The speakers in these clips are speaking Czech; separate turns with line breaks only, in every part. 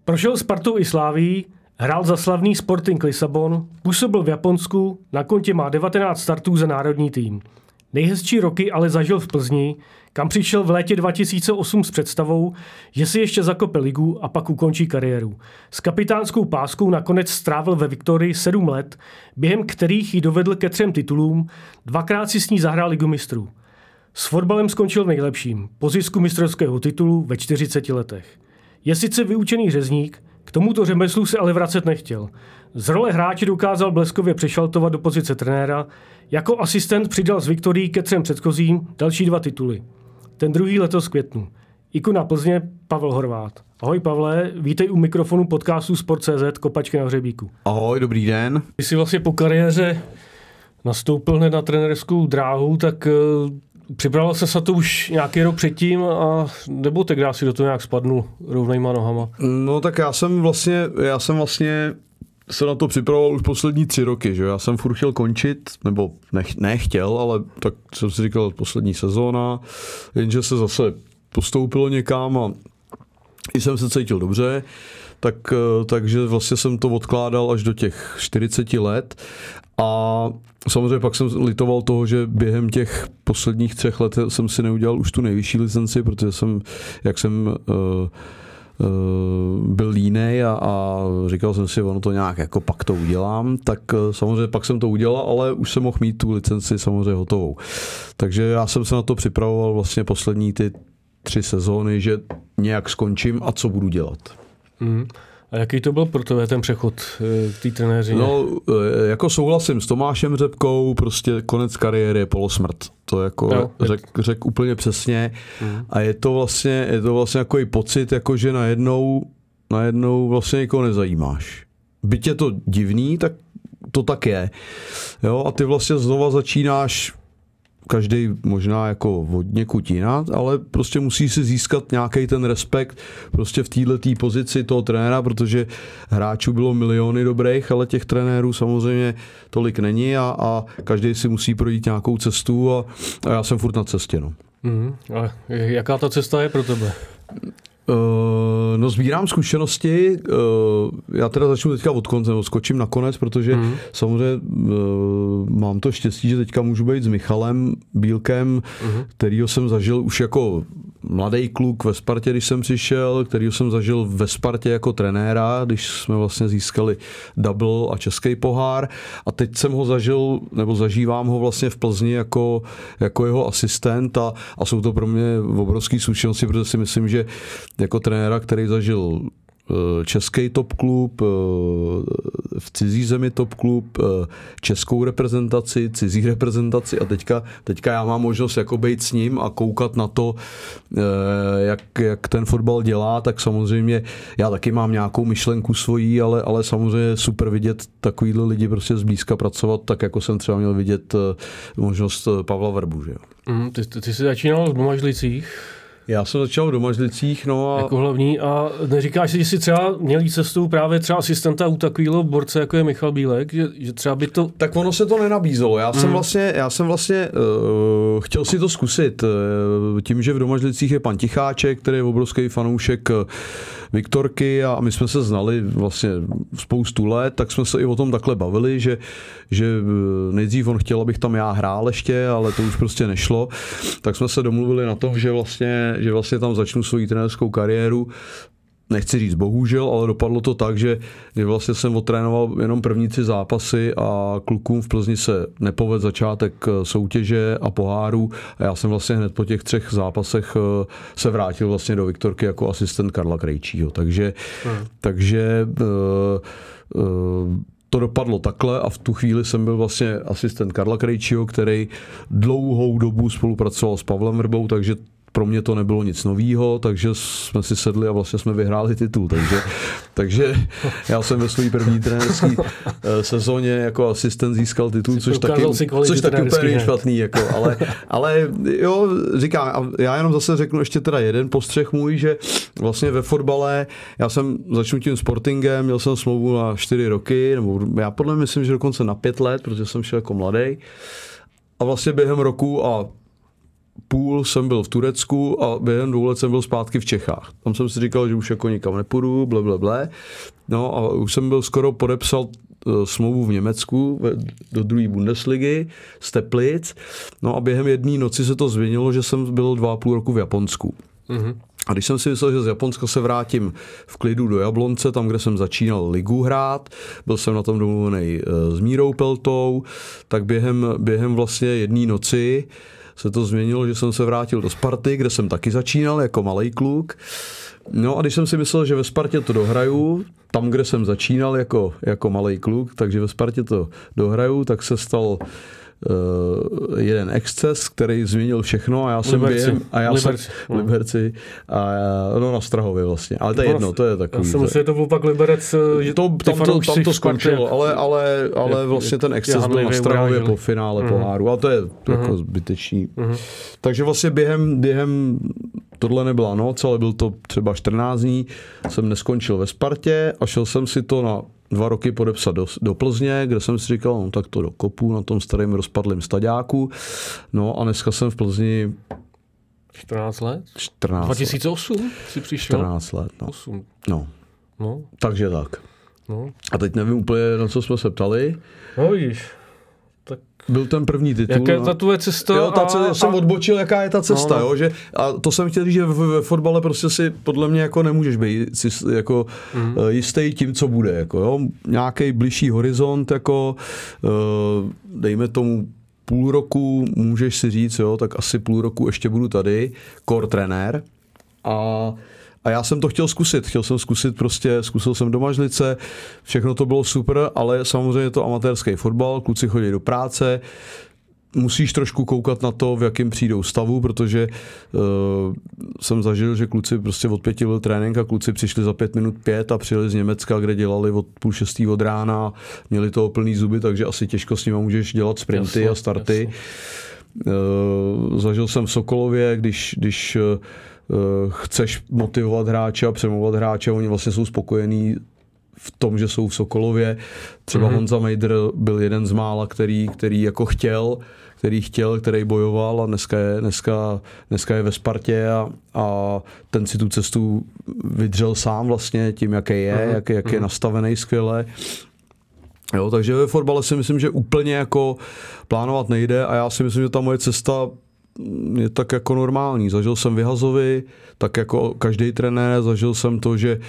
Prošel Spartou i Slavií, hrál za slavný Sporting Lisabon, působil v Japonsku, na kontě má 19 startů za národní tým. Nejhezčí roky ale zažil v Plzni, kam přišel v létě 2008 s představou, že si ještě zakope ligu a pak ukončí kariéru. S kapitánskou páskou nakonec strávil ve Viktorii 7 let, během kterých ji dovedl ke 3 titulům, 2krát si s ní zahrál ligu mistrů. S fotbalem skončil nejlepším, po zisku mistrovského titulu ve 40 letech. Je sice vyučený řezník, k tomuto řemeslu se ale vracet nechtěl. Z role hráče dokázal bleskově přešaltovat do pozice trenéra, jako asistent přidal z Viktorií ke 3 předchozím další 2 tituly. Ten druhý letos v květnu. Ikona Plzně Pavel Horváth. Ahoj Pavle, vítej u mikrofonu podcastu Sport.cz Kopačky na hřebíku.
Ahoj, dobrý den.
Ty jsi vlastně po kariéře nastoupil hned na trenérskou dráhu, tak připravil se na to už nějaký rok předtím a nebo tak dá si do toho nějak spadnul rovnejma nohama?
No tak já jsem vlastně se na to připravoval už poslední 3 roky, že já jsem furt chtěl končit, nebo nechtěl, ale tak jsem si říkal poslední sezóna, jenže se zase postoupilo někam a i jsem se cítil dobře, takže vlastně jsem to odkládal až do těch 40 let a samozřejmě pak jsem litoval toho, že během těch posledních 3 let jsem si neudělal už tu nejvyšší licenci, protože jak jsem byl línej a říkal jsem si, ono to nějak jako pak to udělám, tak samozřejmě pak jsem to udělal, ale už jsem mohl mít tu licenci samozřejmě hotovou. Takže já jsem se na to připravoval vlastně poslední ty 3 sezóny, že nějak skončím a co budu dělat.
A jaký to byl pro tebe ten přechod k té trenéřině?
No, jako souhlasím s Tomášem Řepkou, prostě konec kariéry je polosmrt. To jako řek úplně přesně. A je to vlastně jako i pocit, jako že najednou vlastně nikoho nezajímáš. Byť je to divný, tak to tak je. Jo, a ty vlastně znova začínáš každý možná jako od někud jinat, ale prostě musí si získat nějaký ten respekt prostě v této pozici toho trenéra, protože hráčů bylo miliony dobrých, ale těch trenérů samozřejmě tolik není a každý si musí projít nějakou cestu a já jsem furt na cestě. No.
A jaká ta cesta je pro tebe?
No, sbírám zkušenosti, já teda začnu teďka od konce, skočím na konec, protože samozřejmě mám to štěstí, že teďka můžu být s Michalem Bílkem, kterýho jsem zažil už jako mladý kluk ve Spartě, když jsem přišel, kterýho jsem zažil ve Spartě jako trenéra, když jsme vlastně získali double a český pohár a teď jsem ho zažil, nebo zažívám ho vlastně v Plzni jako jeho asistent a jsou to pro mě obrovské zkušenosti, protože si myslím, že jako trenéra, který zažil český top klub, v cizí zemi top klub, českou reprezentaci, cizí reprezentaci a teďka já mám možnost jako být s ním a koukat na to, jak ten fotbal dělá, tak samozřejmě já taky mám nějakou myšlenku svojí, ale samozřejmě super vidět takovýhle lidi prostě zblízka pracovat, tak jako jsem třeba měl vidět možnost Pavla Vrbu. Že?
Ty jsi začínal v Domažlicích.
Já jsem začal v Domažlicích, no a...
Jako hlavní a neříkáš si, že jsi třeba měl jít cestou právě třeba asistenta u takovýhle borce, jako je Michal Bílek, že třeba by to...
Tak ono se to nenabízelo. Já jsem vlastně chtěl si to zkusit. Tím, že v Domažlicích je pan Ticháček, který je obrovský fanoušek Viktorky a my jsme se znali vlastně spoustu let, tak jsme se i o tom takhle bavili, že nejdřív on chtěl, abych tam já hrál ještě, ale to už prostě nešlo. Tak jsme se domluvili na tom, že vlastně tam začnu svoji trenérskou kariéru. Nechci říct bohužel, ale dopadlo to tak, že vlastně jsem otrénoval jenom první 3 zápasy a klukům v Plzni se nepovedl začátek soutěže a poháru a já jsem vlastně hned po těch 3 zápasech se vrátil vlastně do Viktorky jako asistent Karla Krejčího. Takže to dopadlo takhle a v tu chvíli jsem byl vlastně asistent Karla Krejčího, který dlouhou dobu spolupracoval s Pavlem Vrbou, takže pro mě to nebylo nic novýho, takže jsme si sedli a vlastně jsme vyhráli titul. Takže já jsem ve své první trenérské sezóně jako asistent získal titul, což taky úplně špatný. Jako, ale jo, říkám, já jenom zase řeknu ještě teda jeden postřeh můj, že vlastně ve fotbale, já jsem začal tím Sportingem, měl jsem smlouvu na 4 roky, nebo já podle mě myslím, že dokonce na 5 let, protože jsem šel jako mladý. A vlastně během roku a půl jsem byl v Turecku a během 2 let jsem byl zpátky v Čechách. Tam jsem si říkal, že už jako nikam nepůjdu, blablabla. No a už jsem byl skoro podepsal smlouvu v Německu do 2. Bundesligy z Teplic. No a během jedné noci se to změnilo, že jsem byl 2,5 roku v Japonsku. Mm-hmm. A když jsem si myslel, že z Japonska se vrátím v klidu do Jablonce, tam, kde jsem začínal ligu hrát, byl jsem na tom domluvený s Mírou Peltou, tak během vlastně jedné noci se to změnilo, že jsem se vrátil do Sparty, kde jsem taky začínal jako malej kluk. No a když jsem si myslel, že ve Spartě to dohraju, tam, kde jsem začínal jako malej kluk, takže ve Spartě to dohraju, tak se stal jeden exces, který změnil všechno a já jsem Liberci no na Strahově vlastně, ale to je jedno, to je takový.
Já jsem myslel, že to byl pak Liberec, že
tam to skončilo, ale vlastně ten exces byl na Strahově po finále poháru, ale to je jako zbytečný. Takže vlastně během tohle nebyla noc, ale byl to třeba 14 dní, jsem neskončil ve Spartě a šel jsem si to na 2 roky podepsat do Plzně, kde jsem si říkal, no tak to dokopu na tom starém rozpadlém staďáku. No a dneska jsem v Plzni
14 let?
14
2008 si přišel?
14 let, no.
8.
No. Takže tak.
No.
A teď nevím úplně, na co jsme se ptali.
No vidíš. Tak
byl ten první titul.
Jaká je ta tvoje cesta?
Jo, jsem odbočil, jaká je ta cesta. Jo, že, a to jsem chtěl říct, že ve fotbale prostě si podle mě jako nemůžeš být jako jistý tím, co bude. Jako, jo. Nějaký bližší horizont, jako dejme tomu půl roku, můžeš si říct, jo, tak asi půl roku ještě budu tady, core trenér. A já jsem to chtěl zkusit prostě, zkusil jsem do Mažlice, všechno to bylo super, ale samozřejmě je to amatérský fotbal, kluci chodí do práce, musíš trošku koukat na to, v jakém přijdou stavu, protože jsem zažil, že kluci prostě od 5 byl trénink a kluci přišli za 5 minut 5 a přijeli z Německa, kde dělali od 5:30 od rána, měli toho plný zuby, takže asi těžko s nimi můžeš dělat sprinty a starty. Zažil jsem v Sokolově, když chceš motivovat hráče a přemlouvat hráče, oni vlastně jsou spokojení v tom, že jsou v Sokolově. Třeba Honza Mejdr byl jeden z mála, který jako chtěl, který bojoval a dneska je ve Spartě a ten si tu cestu vydřel sám vlastně tím, jaký je, jak je nastavený skvěle. Jo, takže ve fotbale si myslím, že úplně jako plánovat nejde a já si myslím, že ta moje cesta je tak jako normální. Zažil jsem Vyhazovi, tak jako každý trenér, zažil jsem to, že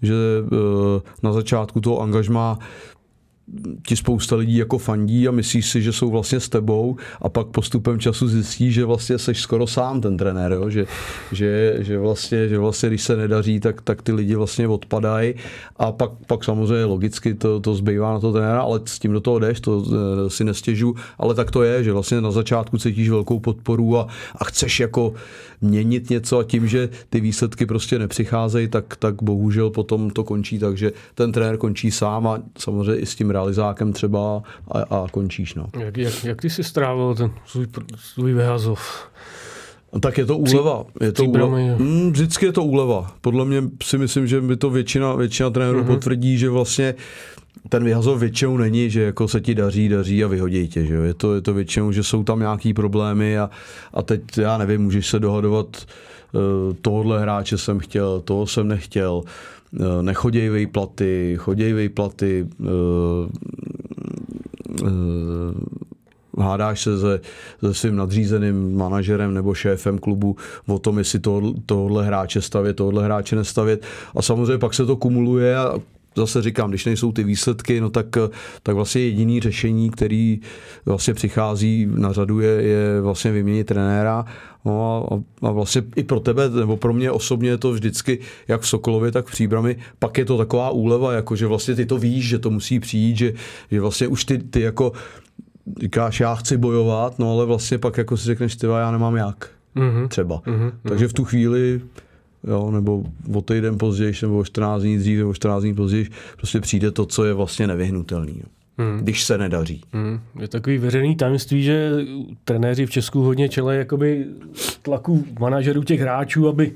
na začátku toho angažmá ti spousta lidí jako fandí a myslíš si, že jsou vlastně s tebou a pak postupem času zjistíš, že vlastně seš skoro sám ten trenér, jo? Že vlastně když se nedaří, tak ty lidi vlastně odpadají a pak samozřejmě logicky to zbývá na to trenéra, ale s tím do toho jdeš, to si nestěžu, ale tak to je, že vlastně na začátku cítíš velkou podporu a chceš jako měnit něco a tím, že ty výsledky prostě nepřicházejí, tak bohužel potom to končí, takže ten trenér končí sám a samozřejmě i s tím realizákem třeba a končíš. No.
Jak ty jsi strávil ten svůj Vyhazov?
Tak je to úleva. Vždycky je to úleva. Podle mě si myslím, že by to většina trenérů potvrdí, že vlastně ten Vyhazov většinou není, že jako se ti daří a vyhodí tě. Že jo? Je to většinou, že jsou tam nějaký problémy a teď, já nevím, můžeš se dohadovat, tohohle hráče jsem chtěl, toho jsem nechtěl, nechoděj výplaty, hádáš se se svým nadřízeným manažerem nebo šéfem klubu o tom, jestli tohohle hráče stavět, tohohle hráče nestavět. A samozřejmě pak se to kumuluje a zase říkám, když nejsou ty výsledky, no tak vlastně jediný řešení, který vlastně přichází na řadu, je vlastně vyměnit trenéra. No a vlastně i pro tebe, nebo pro mě osobně je to vždycky, jak v Sokolově, tak v Příbrami, pak je to taková úleva, jako že vlastně ty to víš, že to musí přijít, že vlastně už ty jako říkáš, já chci bojovat, no ale vlastně pak jako si řekneš, tyva, já nemám jak. Třeba. Takže v tu chvíli, jo, nebo o týden později, nebo o 14 dní dřív, nebo o 14 dní později, prostě přijde to, co je vlastně nevyhnutelný. Když se nedaří.
Je takový veřejný tajemství, že trenéři v Česku hodně čelí jakoby tlaku manažerů těch hráčů, aby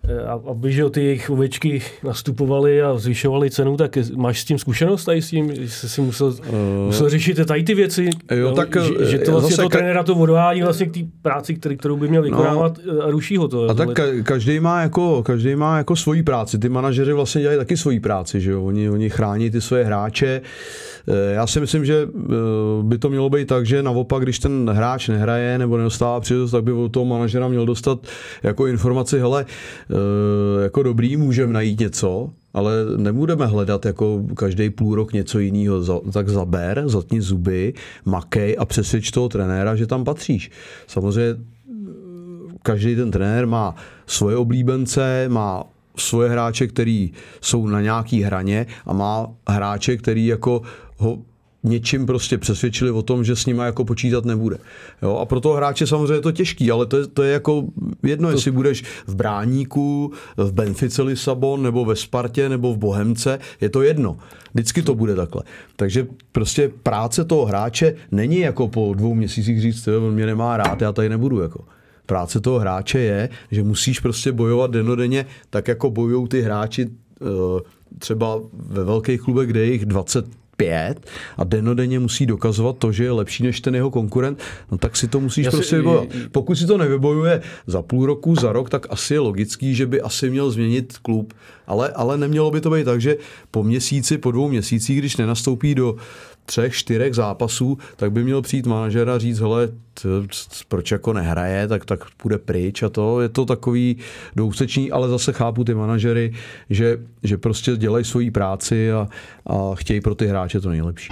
aby že ty jejich ovečky nastupovaly a zvyšovaly cenu, tak máš s tím zkušenost tady s tím, že jsi si musel řešit tady ty věci,
jo, tak,
že to vlastně toho trenéra to odvádí vlastně k té práci, kterou by měl vykonávat a ruší ho to.
A tak každý má jako svoji práci, ty manažeři vlastně dělají taky svoji práci, že jo, oni chrání ty svoje hráče. Já si myslím, že by to mělo být tak, že naopak, když ten hráč nehraje nebo nedostává příležitost, tak by od toho manažera měl dostat jako informaci, hele, jako dobrý, můžeme najít něco, ale nebudeme hledat jako každý půl rok něco jiného, tak zatni zuby, makej a přesvědč toho trenéra, že tam patříš. Samozřejmě každý ten trenér má svoje oblíbence, má svoje hráče, který jsou na nějaký hraně a má hráče, který jako ho něčím prostě přesvědčili o tom, že s nima jako počítat nebude. Jo? A pro toho hráče samozřejmě je to těžký, ale to je jako jedno, jestli budeš v Bráníku, v Benfice Lisabon, nebo ve Spartě, nebo v Bohemce, je to jedno. Vždycky to bude takhle. Takže prostě práce toho hráče není jako po 2 měsících říct, on mě nemá rád, já tady nebudu. Jako. Práce toho hráče je, že musíš prostě bojovat dennodenně, tak jako bojují ty hráči třeba ve velkých klubech, kde je jich 25 a dennodenně musí dokazovat to, že je lepší než ten jeho konkurent, no tak si to musíš prostě vybojovat. Pokud si to nevybojuje za půl roku, za rok, tak asi je logický, že by asi měl změnit klub, ale nemělo by to být tak, že po měsíci, po 2 měsících, když nenastoupí do 3-4 zápasů, tak by měl přijít manažer a říct, hele, proč jako nehraje, tak půjde pryč a to je to takový dousečný, ale zase chápu ty manažery, že prostě dělají svoji práci a chtějí pro ty hráče to nejlepší.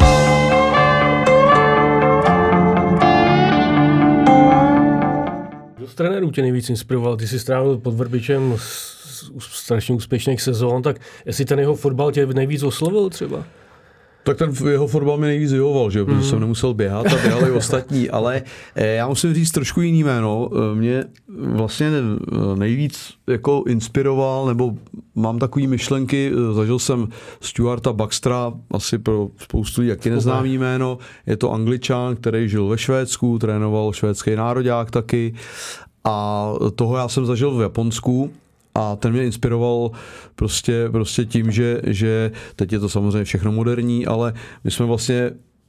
Kdo z trenérů tě nejvíc inspiroval? Ty jsi strávil pod Vrbičem strašně úspěšných sezón, tak jestli ten jeho fotbal tě nejvíc oslovil třeba?
Tak ten jeho fotbal mi nejvíc vyhovoval, že? Protože jsem nemusel běhat a běhali ostatní, ale já musím říct trošku jiný jméno. Mě vlastně nejvíc jako inspiroval, nebo mám takový myšlenky, zažil jsem Stuarta Baxtera, asi pro spoustu lidí taky neznámý jméno. Je to Angličan, který žil ve Švédsku, trénoval švédský nároďák taky a toho já jsem zažil v Japonsku. A ten mě inspiroval prostě tím, že teď je to samozřejmě všechno moderní, ale my jsme vlastně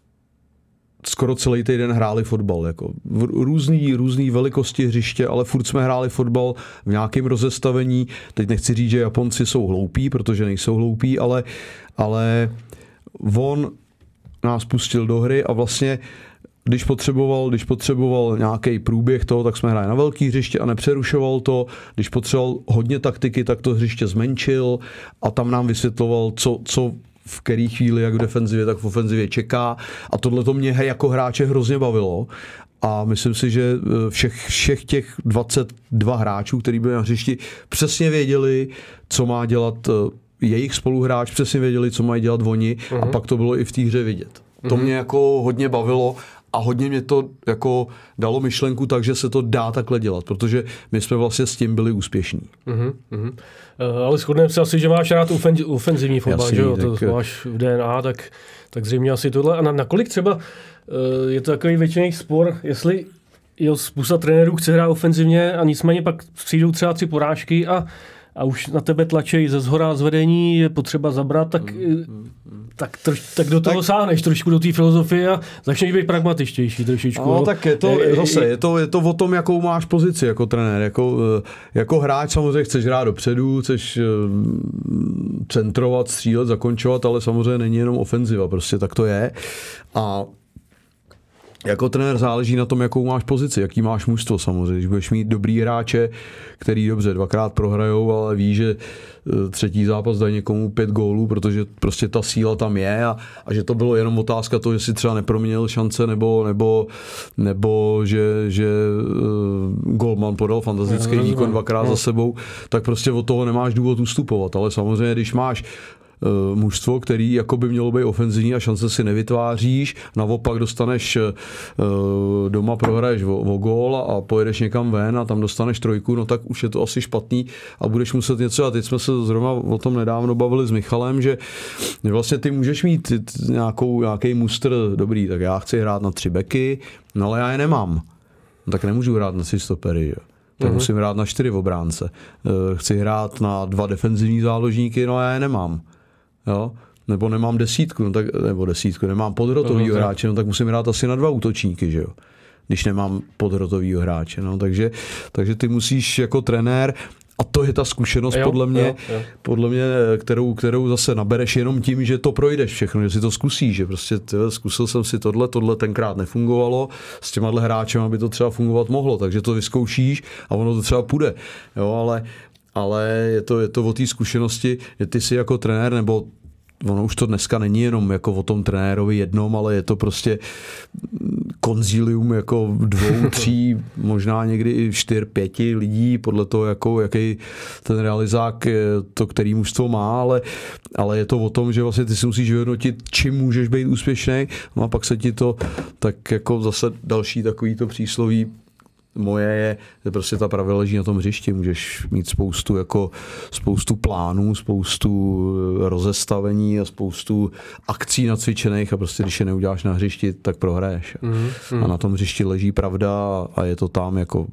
skoro celý týden hráli fotbal. Jako různý velikosti hřiště, ale furt jsme hráli fotbal v nějakém rozestavení. Teď nechci říct, že Japonci jsou hloupí, protože nejsou hloupí, ale on nás pustil do hry a vlastně když potřeboval nějaký průběh toho, tak jsme hráli na velký hřiště a nepřerušoval to. Když potřeboval hodně taktiky, tak to hřiště zmenšil a tam nám vysvětloval, co v který chvíli, jak v defenzivě, tak v ofenzivě čeká. A tohle to mě jako hráče hrozně bavilo. A myslím si, že všech těch 22 hráčů, kteří byli na hřišti, přesně věděli, co má dělat jejich spoluhráč, přesně věděli, co mají dělat oni a pak to bylo i v té hře vidět. To mě jako hodně bavilo a hodně mě to jako dalo myšlenku tak, že se to dá takhle dělat, protože my jsme vlastně s tím byli úspěšní.
Ale shodneme se asi, že máš rád ofenzivní fotbal, že jo? To máš v DNA, tak zřejmě asi tohle. A nakolik třeba je to takový většiný spor, jestli spousta trenérů chce hrát ofenzivně a nicméně pak přijdou třeba 3 porážky a už na tebe tlačí ze zhora zvedení, je potřeba zabrat, tak do toho sáhneš trošku do té filozofie a začneš být pragmatičtější trošičku.
No, tak je to o tom, jakou máš pozici jako trenér. Jako hráč samozřejmě chceš hrát dopředu, chceš centrovat, střílet, zakončovat, ale samozřejmě není jenom ofenziva, prostě tak to je. A jako trenér záleží na tom, jakou máš pozici, jaký máš mužstvo samozřejmě. Když budeš mít dobrý hráče, který dobře 2krát prohrajou, ale ví, že 3. zápas dají někomu 5 gólů, protože prostě ta síla tam je a že to bylo jenom otázka toho, že si třeba neproměnil šance nebo že golman podal fantastický výkon 2krát za sebou, tak prostě od toho nemáš důvod ustupovat. Ale samozřejmě, když máš mužstvo, který jako by mělo být ofenzivní a šance si nevytváříš, naopak dostaneš doma, prohraješ o gól a pojedeš někam ven a tam dostaneš 3, no tak už je to asi špatný a budeš muset něco. A teď jsme se zrovna o tom nedávno bavili s Michalem, že vlastně ty můžeš mít nějaký mustr dobrý, tak já chci hrát na 3 beky, no ale já je nemám. No tak nemůžu hrát na 3 stopery, jo. tak musím hrát na 4 obránce. Chci hrát na 2 defenzivní záložníky, no a já je nemám. Jo? Nebo nemám desítku, nemám podhrotovýho hráče, no tak musím hrát asi na 2 útočníky, že jo? Když nemám podhrotovýho hráče. No, takže ty musíš jako trenér, a to je ta zkušenost podle mě, kterou zase nabereš jenom tím, že to projdeš všechno, že si to zkusíš, že prostě zkusil jsem si tohle tenkrát nefungovalo, s těma hráčem by to třeba fungovat mohlo, takže to vyzkoušíš a ono to třeba půjde. Jo, ale je to o té zkušenosti, že ty si jako trenér, nebo ono už to dneska není jenom jako o tom trenérovi jednom, ale je to prostě konzilium jako 2, 3, možná někdy i 4, 5 lidí, podle toho, jako, jaký ten realizák to, který mužstvo má, ale je to o tom, že vlastně ty si musíš vyhodnotit, čím můžeš být úspěšný, no a pak se ti to tak jako zase další takový to přísloví moje je, že prostě ta pravda leží na tom hřišti. Můžeš mít spoustu plánů, spoustu rozestavení a spoustu akcí nacvičených a prostě když je neuděláš na hřišti, tak prohraješ. A na tom hřišti leží pravda a je to tam jako...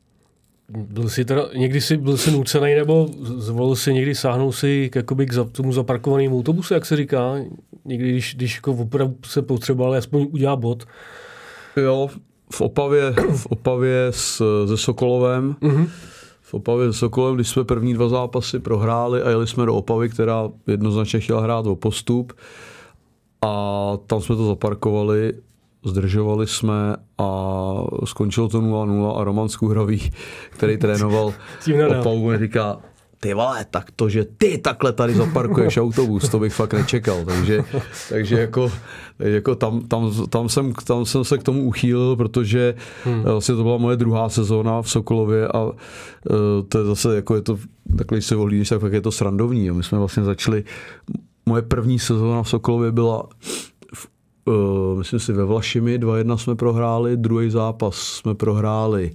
Někdy byl jsi nucený, nebo zvolil si někdy sáhnout si k tomu zaparkovanému autobusu, jak se říká? Někdy, když jako opravdu se potřeboval aspoň udělat bod?
Jo, v Opavě se Sokolovem. V Opavě se Sokolovem, když jsme první 2 zápasy prohráli a jeli jsme do Opavy, která jednoznačně chtěla hrát o postup. A tam jsme to zaparkovali, zdržovali jsme a skončilo to 0-0 a Roman Skuhravý, který trénoval Opavu, mi říká: ty vole, tak to, že ty takhle tady zaparkuješ autobus, to bych fakt nečekal. Takže tam jsem se k tomu uchýlil, protože vlastně to byla moje 2. sezóna v Sokolově a to je zase, jako je to, takhle když se ohlídneš, tak je to srandovní. My jsme vlastně začali, moje první sezóna v Sokolově byla myslím si ve Vlašimi, 2-1 jsme prohráli, druhý zápas jsme prohráli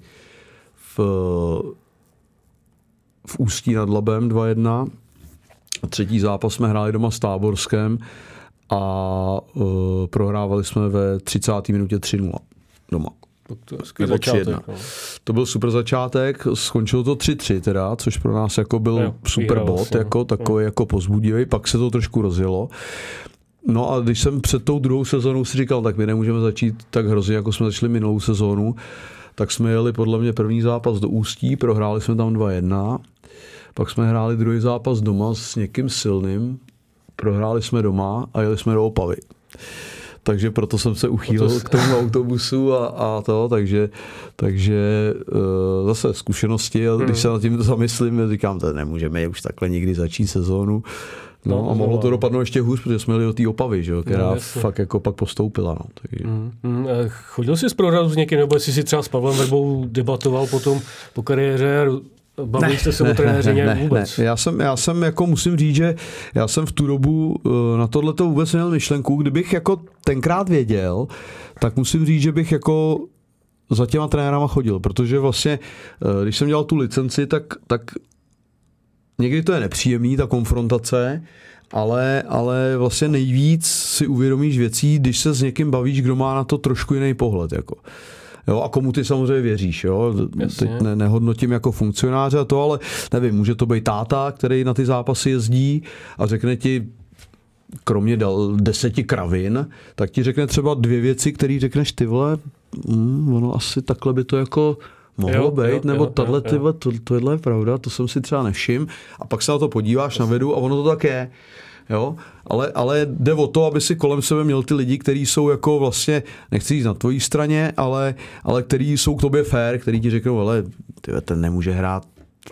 v Ústí nad Labem 2-1. A 3. zápas jsme hráli doma s Táborskem a prohrávali jsme ve 30. minutě 3-0 doma.
Nebo 3-1.
To byl super začátek, skončilo to 3-3 teda, což pro nás jako byl super bod, jako takový jako povzbudivý, pak se to trošku rozjelo. No a když jsem před tou 2. sezónou si říkal, tak my nemůžeme začít tak hrozně, jako jsme začali minulou sezónu, tak jsme jeli podle mě první zápas do Ústí, prohráli jsme tam 2-1, pak jsme hráli druhý zápas doma s někým silným, prohráli jsme doma a jeli jsme do Opavy. Takže proto jsem se uchýlil k tomu autobusu a to, takže zase zkušenosti, a když se nad tím zamyslím, říkám, to nemůžeme už takhle nikdy začít sezónu. No a mohlo to dopadnout ještě hůř, protože jsme jeli do té Opavy, že, která fakt jako pak postoupila. No, takže.
Chodil jsi z prohradu s někým, nebo jsi si třeba s Pavlem Verbou debatoval potom po kariéře? Bavili jste se o trenéři vůbec?
Ne. Já jsem jako musím říct, že já jsem v tu dobu na tohleto vůbec neměl myšlenku. Kdybych jako tenkrát věděl, tak musím říct, že bych jako za těma trenérama chodil, protože vlastně, když jsem dělal tu licenci, tak někdy to je nepříjemný, ta konfrontace, ale vlastně nejvíc si uvědomíš věcí, když se s někým bavíš, kdo má na to trošku jiný pohled. Jako. Jo, a komu ty samozřejmě věříš. Jo? Teď nehodnotím jako funkcionáře a to, ale nevím, může to být táta, který na ty zápasy jezdí a řekne ti, kromě 10 kravin, tak ti řekne třeba 2 věci, které řekneš, ty vole, ono asi takhle by to jako mohlo být, nebo tohle je pravda, to jsem si třeba nevšiml. A pak se na to podíváš na videu a ono to tak je. Jo? Ale jde o to, aby si kolem sebe měl ty lidi, kteří jsou jako vlastně, nechci jít na tvojí straně, ale kteří jsou k tobě fair, kteří ti řeknou, ale ten nemůže hrát,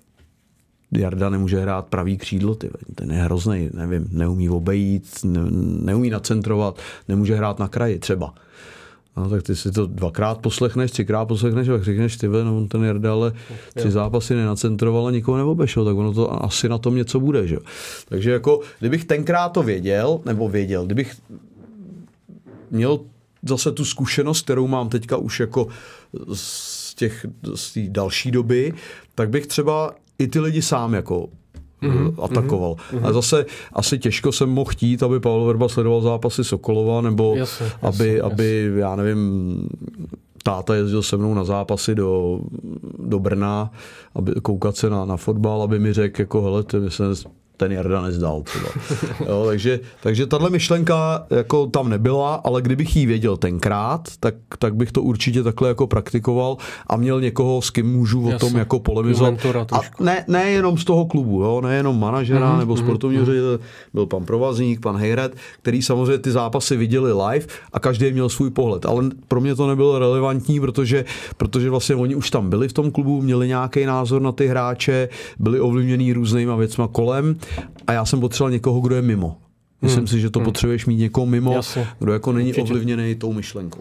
Jarda nemůže hrát pravý křídlo, ten je hroznej, nevím, neumí obejít, neumí nacentrovat, nemůže hrát na kraji třeba. No, tak ty si to 2krát poslechneš, 3krát poslechneš a řekneš, no, ten Jarda ale 3 zápasy nenacentroval a nikoho neobešel, tak ono to asi na tom něco bude. Že? Takže jako, kdybych tenkrát to věděl, kdybych měl zase tu zkušenost, kterou mám teďka už jako z té další doby, tak bych třeba i ty lidi sám jako atakoval. A zase asi těžko jsem mohl chtít, aby Pavel Verba sledoval zápasy Sokolova, nebo aby já nevím, táta jezdil se mnou na zápasy do Brna, aby koukat se na fotbal, aby mi řekl, jako hele, ten Jarda nezdal. Jo, takže tahle myšlenka jako tam nebyla, ale kdybych jí věděl tenkrát, tak bych to určitě takhle jako praktikoval a měl někoho, s kým můžu o tom jako polemizovat. A ne jenom z toho klubu, jo, nejenom manažera nebo sportovního ředitele, byl pan Provazník, pan Hejret, který samozřejmě ty zápasy viděli live a každý měl svůj pohled. Ale pro mě to nebylo relevantní, protože vlastně oni už tam byli v tom klubu, měli nějaký názor na ty hráče, byli ovlivněný různýma věcma kolem. A já jsem potřeboval někoho, kdo je mimo. Myslím si, že to potřebuješ mít někoho mimo, kdo jako není ovlivněný tou myšlenkou.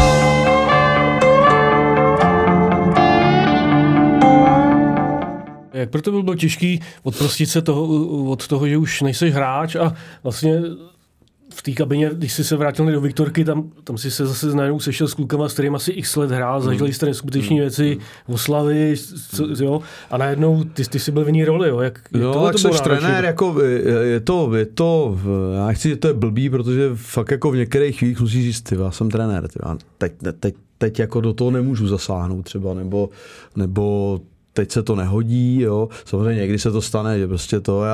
Jak proto bylo těžký odprostit se od toho, že už nejseš hráč a vlastně v té kabině, když jsi se vrátil do Viktorky, tam si se zase najednou sešel s klukama, s kterými asi x let hrál, zažili jste neskutečné věci, oslavy, jo, a najednou ty jsi byl v jiný roli, jo.
Tak seš trenér, jako je to, já nechci, že to je blbý, protože fakt jako v některých chvílích musíš říct, já jsem trenér, teď jako do toho nemůžu zasáhnout třeba, nebo teď se to nehodí, jo. Samozřejmě někdy se to stane, že prostě to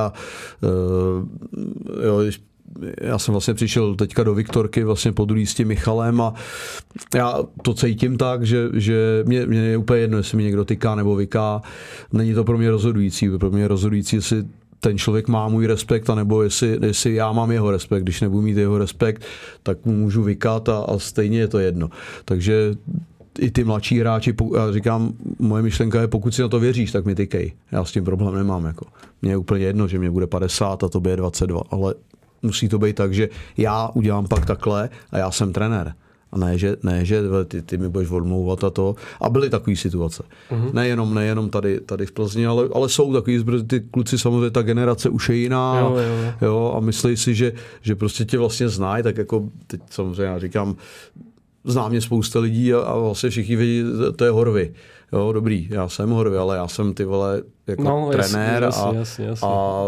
já jsem vlastně přišel teďka do Viktorky vlastně po druhý s tím Michalem a já to cítím tak, že mě je úplně jedno, jestli mi někdo tyká nebo vyká. Není to pro mě rozhodující. Pro mě je rozhodující, jestli ten člověk má můj respekt, anebo jestli já mám jeho respekt. Když nebudu mít jeho respekt, tak mu můžu vykat a stejně je to jedno. Takže i ty mladší hráči, já říkám, moje myšlenka je, pokud si na to věříš, tak mi tykej. Já s tím problém nemám. Jako. Mně je úplně jedno, že mě bude 50 a tobě je 22, ale musí to být tak, že já udělám pak takhle a já jsem trenér. A ne, že ty mi budeš odmlouvat a to. A byly takové situace. Nejenom tady v Plzni, ale jsou takový, ty kluci samozřejmě, ta generace už je jiná. Jo, a myslí si, že prostě tě vlastně znají, tak jako teď samozřejmě já říkám, zná mě spousta lidí a vlastně všichni vědí, to je Horvy. Jo, dobrý, já jsem Horvy, ale já jsem ty vole jako trenér jasně. A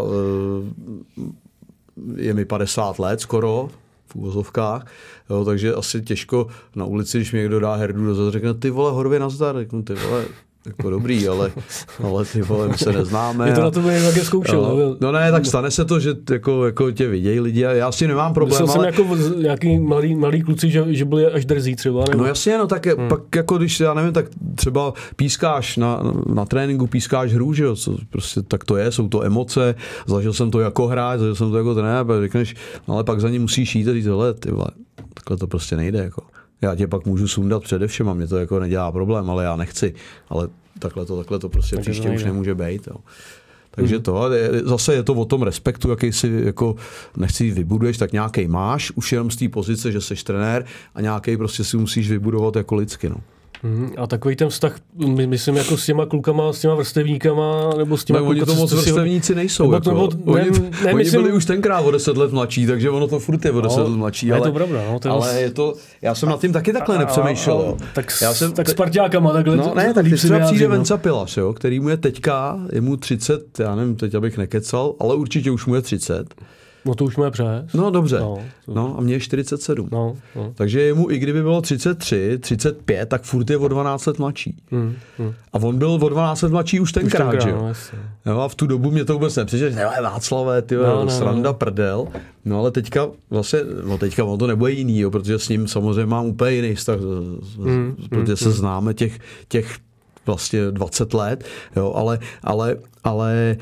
je mi 50 let skoro, v úvozovkách, jo, takže asi těžko na ulici, když mi někdo dá herdu dozadu, řekne, ty vole, Horvy nazdar, řeknu, ty vole, jako dobrý, ale ty vole, my se neznáme.
Je to na to nějaké zkoušel.
No ne, tak stane se to, že jako tě vidějí lidi a já s tím nemám problém.
Myslel jsem jako nějaký malý kluci, že byli až drzí třeba. Nebo?
No jasně, no tak pak jako když, já nevím, tak třeba pískáš na tréninku, pískáš hru, že jo, prostě tak to je, jsou to emoce, zažil jsem to jako hráč, zažil jsem to jako trenér, řekneš, ale pak za ní musíš jít a říct, hele, ty vole, takhle to prostě nejde, jako. Já tě pak můžu sundat především a mě to jako nedělá problém, ale já nechci. Ale takhle to prostě tak příště už nemůže být. Jo. Takže zase je to o tom respektu, jaký si jako nechci vybuduješ, tak nějaký máš, už jenom z té pozice, že seš trenér a nějaký prostě si musíš vybudovat jako lidsky. No.
A takový ten vztah, myslím, jako s těma klukama, s těma vrstevníkama, nebo s těma klukama...
Oni to moc vrstevníci nejsou. Oni byli už tenkrát o 10 let mladší, takže ono to furt je o 10 let mladší.
Ale je to pravda. No,
ale je to... Já jsem nad tím taky takhle nepřemýšlel.
Tak s parťákama takhle...
No ne, tak teď třeba přijde Venca Pilař, jo, který mu je teďka, je mu 30, já nevím, teď abych nekecal, ale určitě už mu je 30.
No to už má přes.
No dobře. No a mě je 47. No. Takže jemu i kdyby bylo 33, 35, tak furt je o 12 let mladší. A on byl o 12 let mladší už tenkrát, že jo? No, a v tu dobu mě to vůbec nepřišlo, že Václavé, sranda prdel. No ale teďka vlastně, on to nebude jiný, jo, protože s ním samozřejmě mám úplně jiný vztah, protože se známe těch vlastně 20 let, jo, ale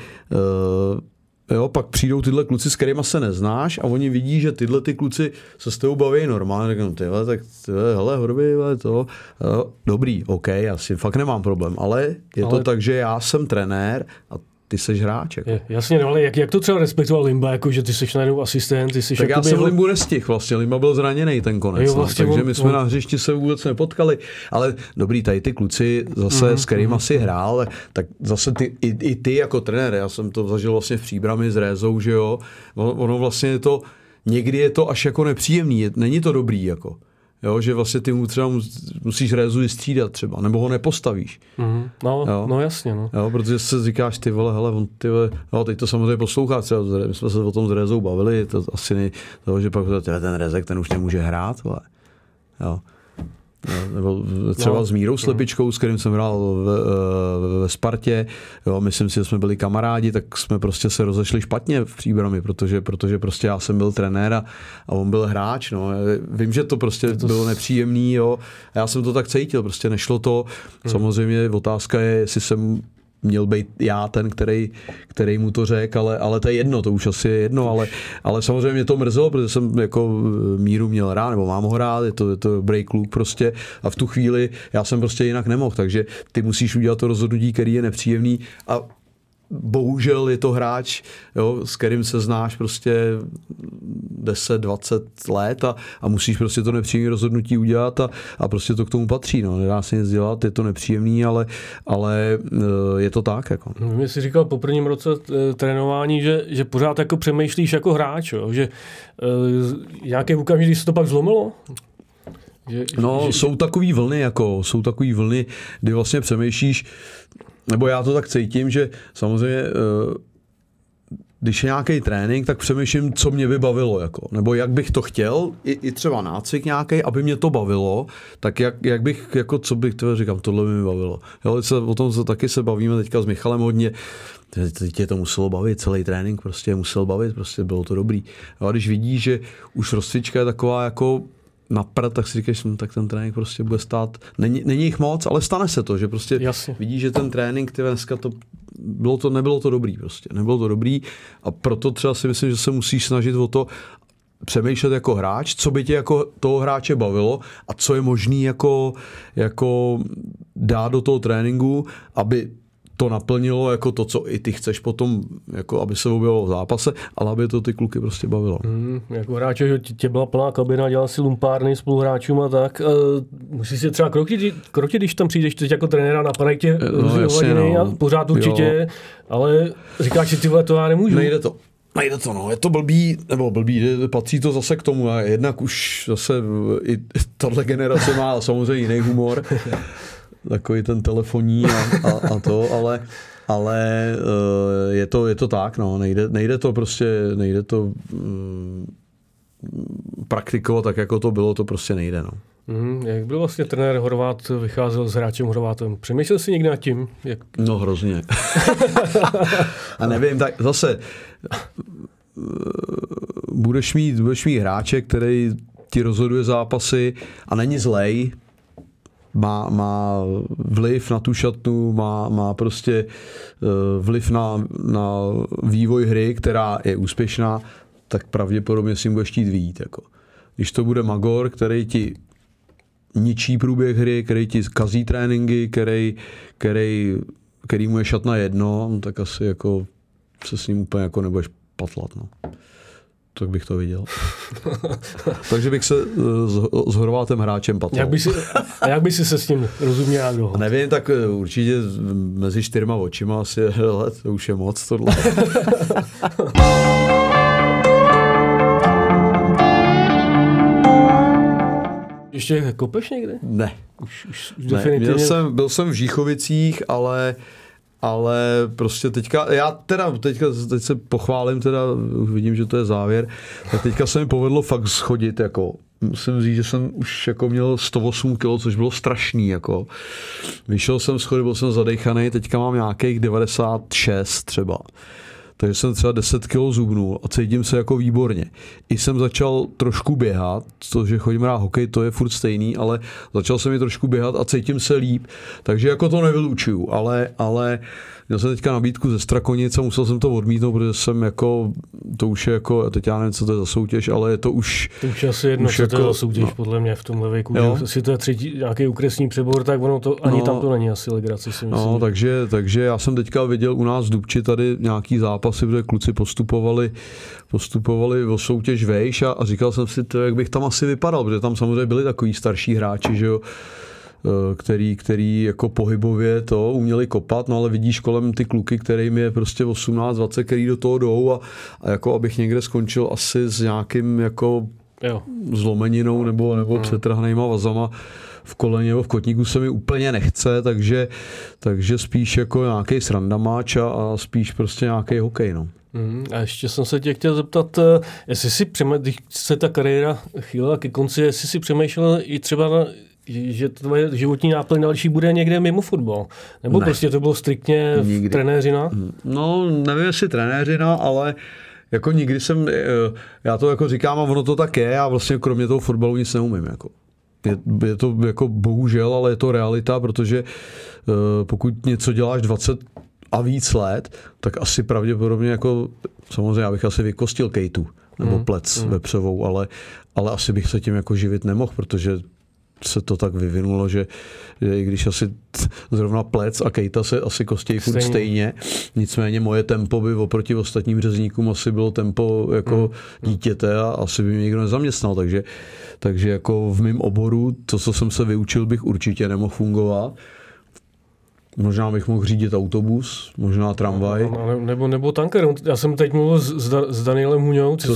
jo, pak přijdou tyhle kluci, s kterýma se neznáš a oni vidí, že tyhle ty kluci se s tebou baví normálně, řeknou, hele, Horvy, to, dobrý, OK, já si fakt nemám problém, ale je to tak, že já jsem trenér a ty seš hráč. Jako.
Jasně, no, ale jak to třeba respektoval Limba, jako, že ty seš najednou asistent, ty seš...
Tak já jsem Limbu nestihl vlastně, Limba byl zraněný ten konec, jo, vlastně takže my jsme na hřišti se vůbec nepotkali, ale dobrý, tady ty kluci zase, s kterýma si hrál, tak zase i ty jako trenér, já jsem to zažil vlastně v Příbrami s Rézou, že jo, ono vlastně je to, někdy je to až jako nepříjemný, není to dobrý, jako. Jo, že vlastně ty mu třeba musíš Rézu střídat třeba, nebo ho nepostavíš.
No jasně, no.
Jo, protože se říkáš, ty vole, hele, no, teď to samozřejmě poslouchá, třeba, my jsme se o tom s Rézou bavili, to asi toho, že pak ten Rézek, ten už nemůže hrát, vole. Jo. Nebo třeba s Mírou Slepičkou, s kterým jsem hrál ve Spartě. Jo, myslím si, že jsme byli kamarádi, tak jsme prostě se rozešli špatně v Příbrami, protože prostě já jsem byl trenér a on byl hráč. No. Vím, že to prostě bylo nepříjemný, jo. A já jsem to tak cítil, prostě nešlo to. Samozřejmě otázka je, jestli jsem měl být já ten, který mu to řekl, ale to je jedno, to už asi je jedno, ale samozřejmě mě to mrzelo, protože jsem jako Míru měl rád, nebo mám ho rád, je to dobrý kluk prostě a v tu chvíli já jsem prostě jinak nemohl, takže ty musíš udělat to rozhodnutí, který je nepříjemný a bohužel je to hráč, jo, s kterým se znáš prostě 10-20 let a musíš prostě to nepříjemné rozhodnutí udělat a prostě to k tomu patří. No. Nedá se nic dělat, je to nepříjemný, ale je to tak. Jako.
Mě jsi říkal po prvním roce trénování, že pořád jako přemýšlíš jako hráč, jo? Že nějaké okamžik, když se to pak zlomilo?
Jsou takový vlny, kdy vlastně přemýšlíš, nebo já to tak cítím, že samozřejmě, když je nějaký trénink, tak přemýšlím, co mě by bavilo, jako. Nebo jak bych to chtěl, i třeba nácvik nějaký, aby mě to bavilo, tak jak bych, jako co bych, říkám, tohle by mi bavilo. Jo, o tom se taky se bavíme teďka s Michalem hodně, teď tě to muselo bavit, celý trénink prostě musel bavit, prostě bylo to dobrý. Jo, a když vidíš, že už rozcvička je taková jako na prd, tak si říkáš, tak ten trénink prostě bude stát. Není jich moc, ale stane se to, že prostě
Jasně.
Vidíš, že ten trénink, dneska nebylo to dobrý prostě. Nebylo to dobrý a proto třeba si myslím, že se musíš snažit o to přemýšlet jako hráč, co by tě jako toho hráče bavilo a co je možný jako dát do toho tréninku, aby to naplnilo jako to, co i ty chceš potom, jako aby se objevilo v zápase, ale aby to ty kluky prostě bavilo.
Jako hráče, že tě byla plná kabina, dělal si lumpárny spoluhráčům a tak. Musíš si třeba krotit, když tam přijdeš teď jako trenéra, napadají tě různý ovadiny a pořád určitě, jo. Ale říkáš si, ty vole, to já nemůžu.
Nejde to, no. Je to blbý, patří to zase k tomu. A jednak už zase i tato generace má samozřejmě jiný humor. Takový ten telefonní a to, ale je to tak, no, nejde to praktikovat tak, jako to bylo, to prostě nejde, no.
Jak byl vlastně trenér Horvát, vycházel s hráčem Horvátem? Přemýšlel jsi někdy nad tím?
No hrozně. A nevím, tak zase budeš mít hráče, který ti rozhoduje zápasy a není zlej, má vliv na tu šatnu, má prostě vliv na vývoj hry, která je úspěšná, tak pravděpodobně si budeš chtít vyjít. Jako. Když to bude Magor, který ti ničí průběh hry, který ti kazí tréninky, který mu je šatna jedno, tak asi jako se s ním úplně jako nebudeš patlat. No. Tak bych to viděl. Takže bych se s Horvátem hráčem patlal.
Jak by si se s tím rozumně nějak dohodl?
Nevím, tak určitě mezi 4 očima asi let, to už je moc tohle.
Ještě kopeš někde?
Ne.
Už definitivně...
Byl jsem v Žíchovicích, ale prostě teď se pochválím, už vidím, že to je závěr, tak teďka se mi povedlo fakt schodit, jako. Musím říct, že jsem už jako měl 108 kg, což bylo strašný, jako. Vyšel jsem schodit, byl jsem zadejchaný, teďka mám nějakých 96 třeba. Takže jsem třeba 10 kg zubnul a cítím se jako výborně. I jsem začal trošku běhat, protože chodím hrát hokej, to je furt stejný, ale začal jsem i trošku běhat a cítím se líp. Takže jako to nevylučuju, ale měl jsem teďka nabídku ze Strakonic a musel jsem to odmítnout, protože jsem jako, to už je jako, teď já nevím, co to je za soutěž, ale je to už...
To už asi jedno, co to je za soutěž, no. Podle mě v tomhle věku. Jestli to je třetí nějaký okresní přebor, tak ono to ani tam to není asi legrace, si myslím.
No, takže já jsem teďka viděl u nás v Dubči tady nějaký zápasy, protože kluci postupovali o soutěž vejš a říkal jsem si, jak bych tam asi vypadal, protože tam samozřejmě byli takový starší hráči, že jo, který jako pohybově to uměli kopat, no ale vidíš kolem ty kluky, kterým je prostě 18-20, který do toho jdou a jako abych někde skončil asi s nějakým jako zlomeninou nebo přetrhanýma vazama v koleně nebo v kotníku se mi úplně nechce, takže spíš jako nějaký srandamáč a spíš prostě nějaký hokej, no.
A ještě jsem se tě chtěl zeptat, jestli si když se ta kariéra chýlila ke konci, jestli si přemýšlel i třeba že tvoje životní náplň další bude někde mimo fotbal? Nebo prostě to bylo striktně trenéřina?
No, nevím, jestli trenéřina, ale jako nikdy jsem, já to jako říkám a ono to tak je, já vlastně kromě toho fotbalu nic neumím. Jako. Je to jako bohužel, ale je to realita, protože pokud něco děláš 20 a víc let, tak asi pravděpodobně jako, samozřejmě já bych asi vykostil kejtu nebo plec vepřovou, ale asi bych se tím jako živit nemohl, protože se to tak vyvinulo, že i když asi zrovna plec a kejta se asi kostějí furt stejně, nicméně moje tempo by oproti ostatním řezníkům asi bylo tempo jako dítěte a asi by mě nikdo nezaměstnal, takže jako v mém oboru to, co jsem se vyučil, bych určitě nemohl fungovat. Možná bych mohl řídit autobus, možná tramvaj.
Nebo tanker. Já jsem teď mluvil s Danielem Huňou,
to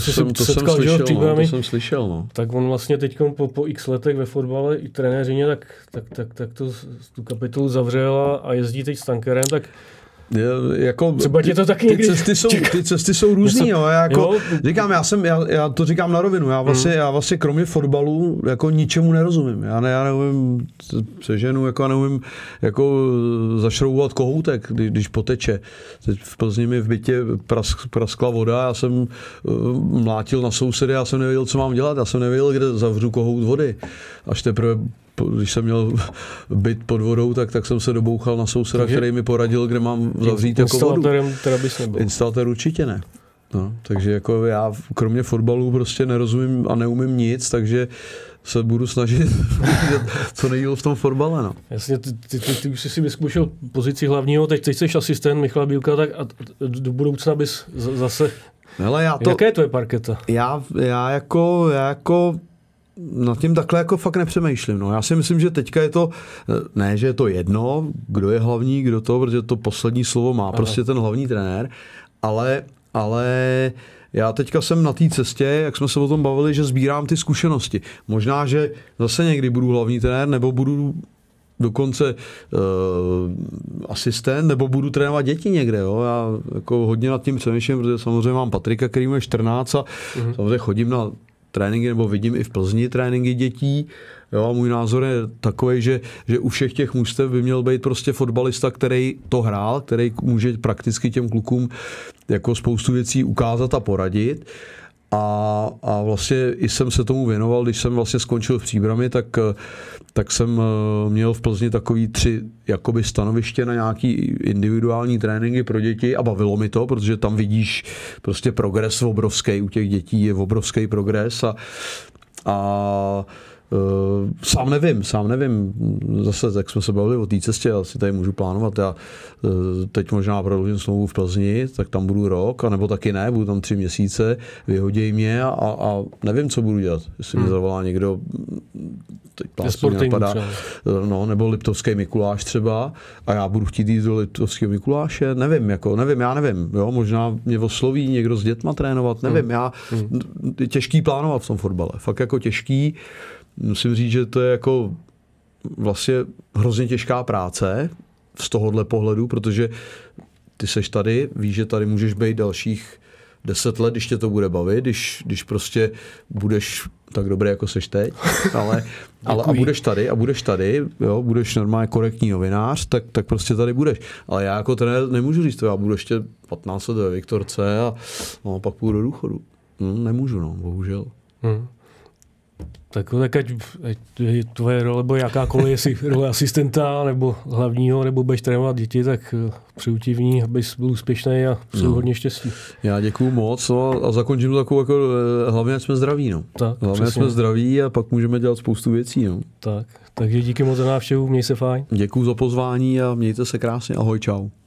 jsem slyšel. No.
Tak on vlastně teď po x letech ve fotbale i trenéřině, tak tu kapitolu zavřel a jezdí teď s tankerem, tak
jako,
třeba tě to taky někdy...
Ty cesty jsou různý, říkám, já to říkám na rovinu, já vlastně kromě fotbalu jako ničemu nerozumím, já neumím seženu, jako neumím jako zašroubovat kohoutek, když poteče. Teď v Plzni mi v bytě praskla voda, já jsem mlátil na sousedy, já jsem nevěděl, co mám dělat, já jsem nevěděl, kde zavřu kohout vody. Až teprve když jsem měl byt pod vodou, tak jsem se dobouchal na souseda, který mi poradil, kde mám zavřít jako vodu.
Instalatorem teda bys nebyl.
Instalatér určitě ne. No, takže jako já kromě fotbalu prostě nerozumím a neumím nic, takže se budu snažit co nejdíl v tom fotbale. No.
Jasně, ty už jsi si vyzkoušel pozici hlavního, teď jsi asistent Michala Bílka, tak a do budoucna bys zase...
Hele,
jaké je tvoje parketa?
Já jako nad tím takhle jako fakt nepřemýšlím. No. Já si myslím, že teďka je to, ne, že je to jedno, kdo je hlavní, kdo to, protože to poslední slovo má prostě ten hlavní trenér, ale já teďka jsem na té cestě, jak jsme se o tom bavili, že sbírám ty zkušenosti. Možná, že zase někdy budu hlavní trenér, nebo budu dokonce asistent, nebo budu trénovat děti někde. Jo? Já jako hodně nad tím přemýšlím, protože samozřejmě mám Patrika, který má 14 a samozřejmě chodím na tréninky, nebo vidím i v Plzni tréninky dětí. Jo, a můj názor je takový, že u všech těch mužstev by měl být prostě fotbalista, který to hrál, který může prakticky těm klukům jako spoustu věcí ukázat a poradit. A vlastně i jsem se tomu věnoval, když jsem vlastně skončil v Příbrami, tak jsem měl v Plzni takový 3 jakoby stanoviště na nějaký individuální tréninky pro děti a bavilo mi to, protože tam vidíš prostě progres obrovský, u těch dětí je obrovský progres a sám nevím, zase jak jsme se bavili o té cestě, asi tady můžu plánovat, já teď možná prodloužím smlouvu v Plzni, tak tam budu rok, anebo taky ne, budu tam 3 měsíce, vyhodí mě a nevím, co budu dělat, jestli mě zavolá někdo, teď napadá, no, nebo Liptovský Mikuláš třeba a já budu chtít jít do Liptovského Mikuláše, nevím, já nevím, jo, možná mě osloví někdo s dětma trénovat, nevím, je těžký plánovat v tom fotbale, fakt jako těžký. Musím říct, že to je jako vlastně hrozně těžká práce z tohohle pohledu, protože ty seš tady, víš, že tady můžeš být dalších 10 let, když tě to bude bavit, když prostě budeš tak dobrý, jako seš teď, ale a budeš tady, jo, budeš normálně korektní novinář, tak prostě tady budeš. Ale já jako trenér nemůžu říct to, já budu ještě 15 let ve Viktorce a no, pak půjdu do důchodu. Nemůžu, no, bohužel.
Tak ať tvoje role bude jakákoliv, jestli role asistenta nebo hlavního, nebo budeš trénovat děti, tak přeju ti v ní, abys byl úspěšný a přeju hodně štěstí.
Já děkuju moc a zakončím to takovou, jako hlavně jsme zdraví. No. Hlavně jsme zdraví a pak můžeme dělat spoustu věcí. No.
Takže díky moc za návštěvu, měj se fajn.
Děkuju za pozvání a mějte se krásně, ahoj, čau.